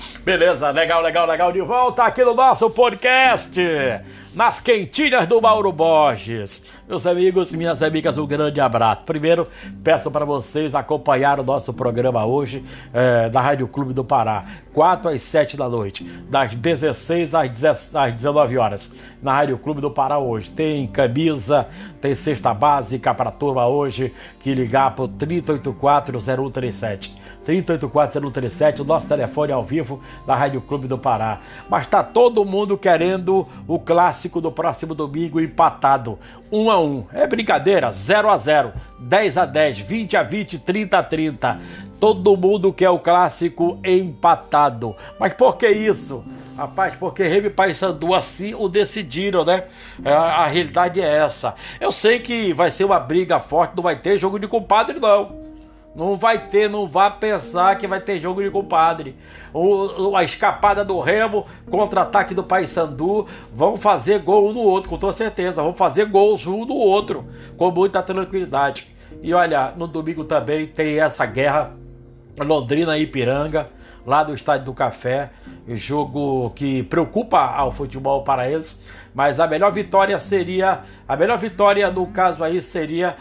Beleza, legal, de volta aqui no nosso podcast, nas quentinhas do Mauro Borges. Meus amigos e minhas amigas, um grande abraço. Primeiro, peço para vocês acompanhar o nosso programa hoje da Rádio Clube do Pará, 4 às 7 da noite, das 16 às 19 horas, na Rádio Clube do Pará hoje. Tem camisa, tem cesta básica para a turma hoje, que ligar para o 3084-0137. 3084-0137, o nosso telefone ao vivo da Rádio Clube do Pará. Mas tá todo mundo querendo o clássico do próximo domingo empatado, 1-1. É brincadeira, 0-0, 10-10, 20-20, 30-30. Todo mundo quer o clássico empatado. Mas por que isso? Rapaz, porque Remo e Paysandu assim o decidiram, né? A realidade é essa. Eu sei que vai ser uma briga forte, não vai ter jogo de compadre, não. Não vai ter, não vá pensar que vai ter jogo de compadre. A escapada do Remo, contra-ataque do Paysandu, vão fazer gol um no outro, com toda certeza. Vão fazer gols um no outro, com muita tranquilidade. E olha, no domingo também tem essa guerra, Londrina e Ipiranga, lá do Estádio do Café. Jogo que preocupa ao futebol paraense, mas a melhor vitória no caso aí seria,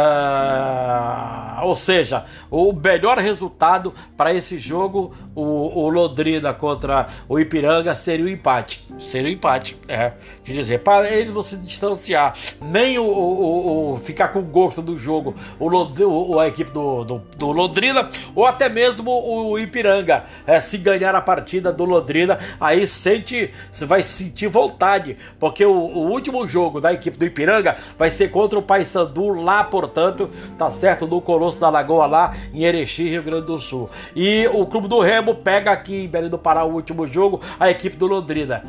ou seja, o melhor resultado para esse jogo, o Londrina contra o Ipiranga, seria o empate. Quer dizer, para eles não se distanciar, nem ficar com gosto do jogo, a equipe do Londrina, ou até mesmo o Ipiranga, se ganhar a partida do Londrina, aí você vai sentir vontade, porque o último jogo da equipe do Ipiranga vai ser contra o Paysandu lá, portanto, tá certo, no Colosso da Lagoa, lá em Erechim, Rio Grande do Sul. E o Clube do Remo pega aqui em Belém do Pará o último jogo, a equipe do Londrina.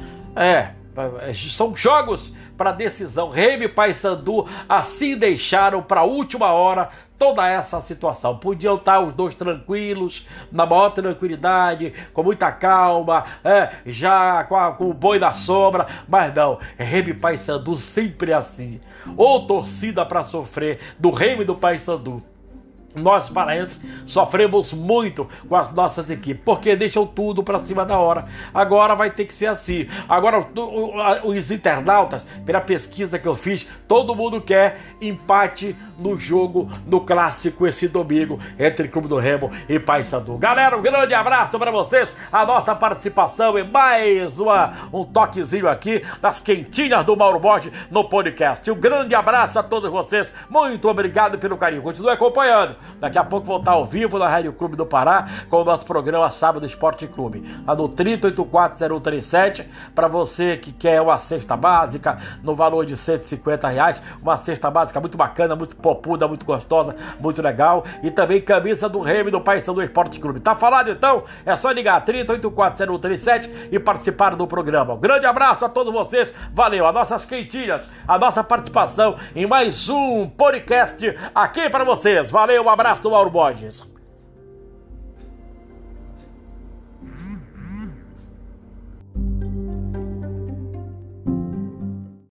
São jogos para decisão. Remo e Paysandu assim deixaram para a última hora toda essa situação. Podiam estar os dois tranquilos, na maior tranquilidade, com muita calma, já com o boi na sombra, mas não, Remo e Paysandu sempre assim. Ou torcida para sofrer do Remo e do Paysandu. Nós paraenses sofremos muito com as nossas equipes, porque deixam tudo para cima da hora. Agora vai ter que ser assim. Agora os internautas, pela pesquisa que eu fiz, todo mundo quer empate no jogo, no clássico esse domingo, entre Clube do Remo e Paysandu. Galera, um grande abraço para vocês. A nossa participação em mais um toquezinho aqui das quentinhas do Mauro Borges no podcast. Um grande abraço a todos vocês. Muito obrigado pelo carinho. Continue acompanhando. Daqui a pouco vou estar ao vivo na Rádio Clube do Pará com o nosso programa Sábado Esporte Clube, lá no 3084-0137, para você que quer uma cesta básica no valor de R$150, uma cesta básica muito bacana, muito popuda, muito gostosa, muito legal, e também camisa do Remo e do Paysandu Esporte Clube. Tá falado então? É só ligar 3084-0137 e participar do programa. Um grande abraço a todos vocês, valeu, as nossas quentinhas, a nossa participação em mais um podcast aqui para vocês. Valeu, um abraço do Mauro Borges.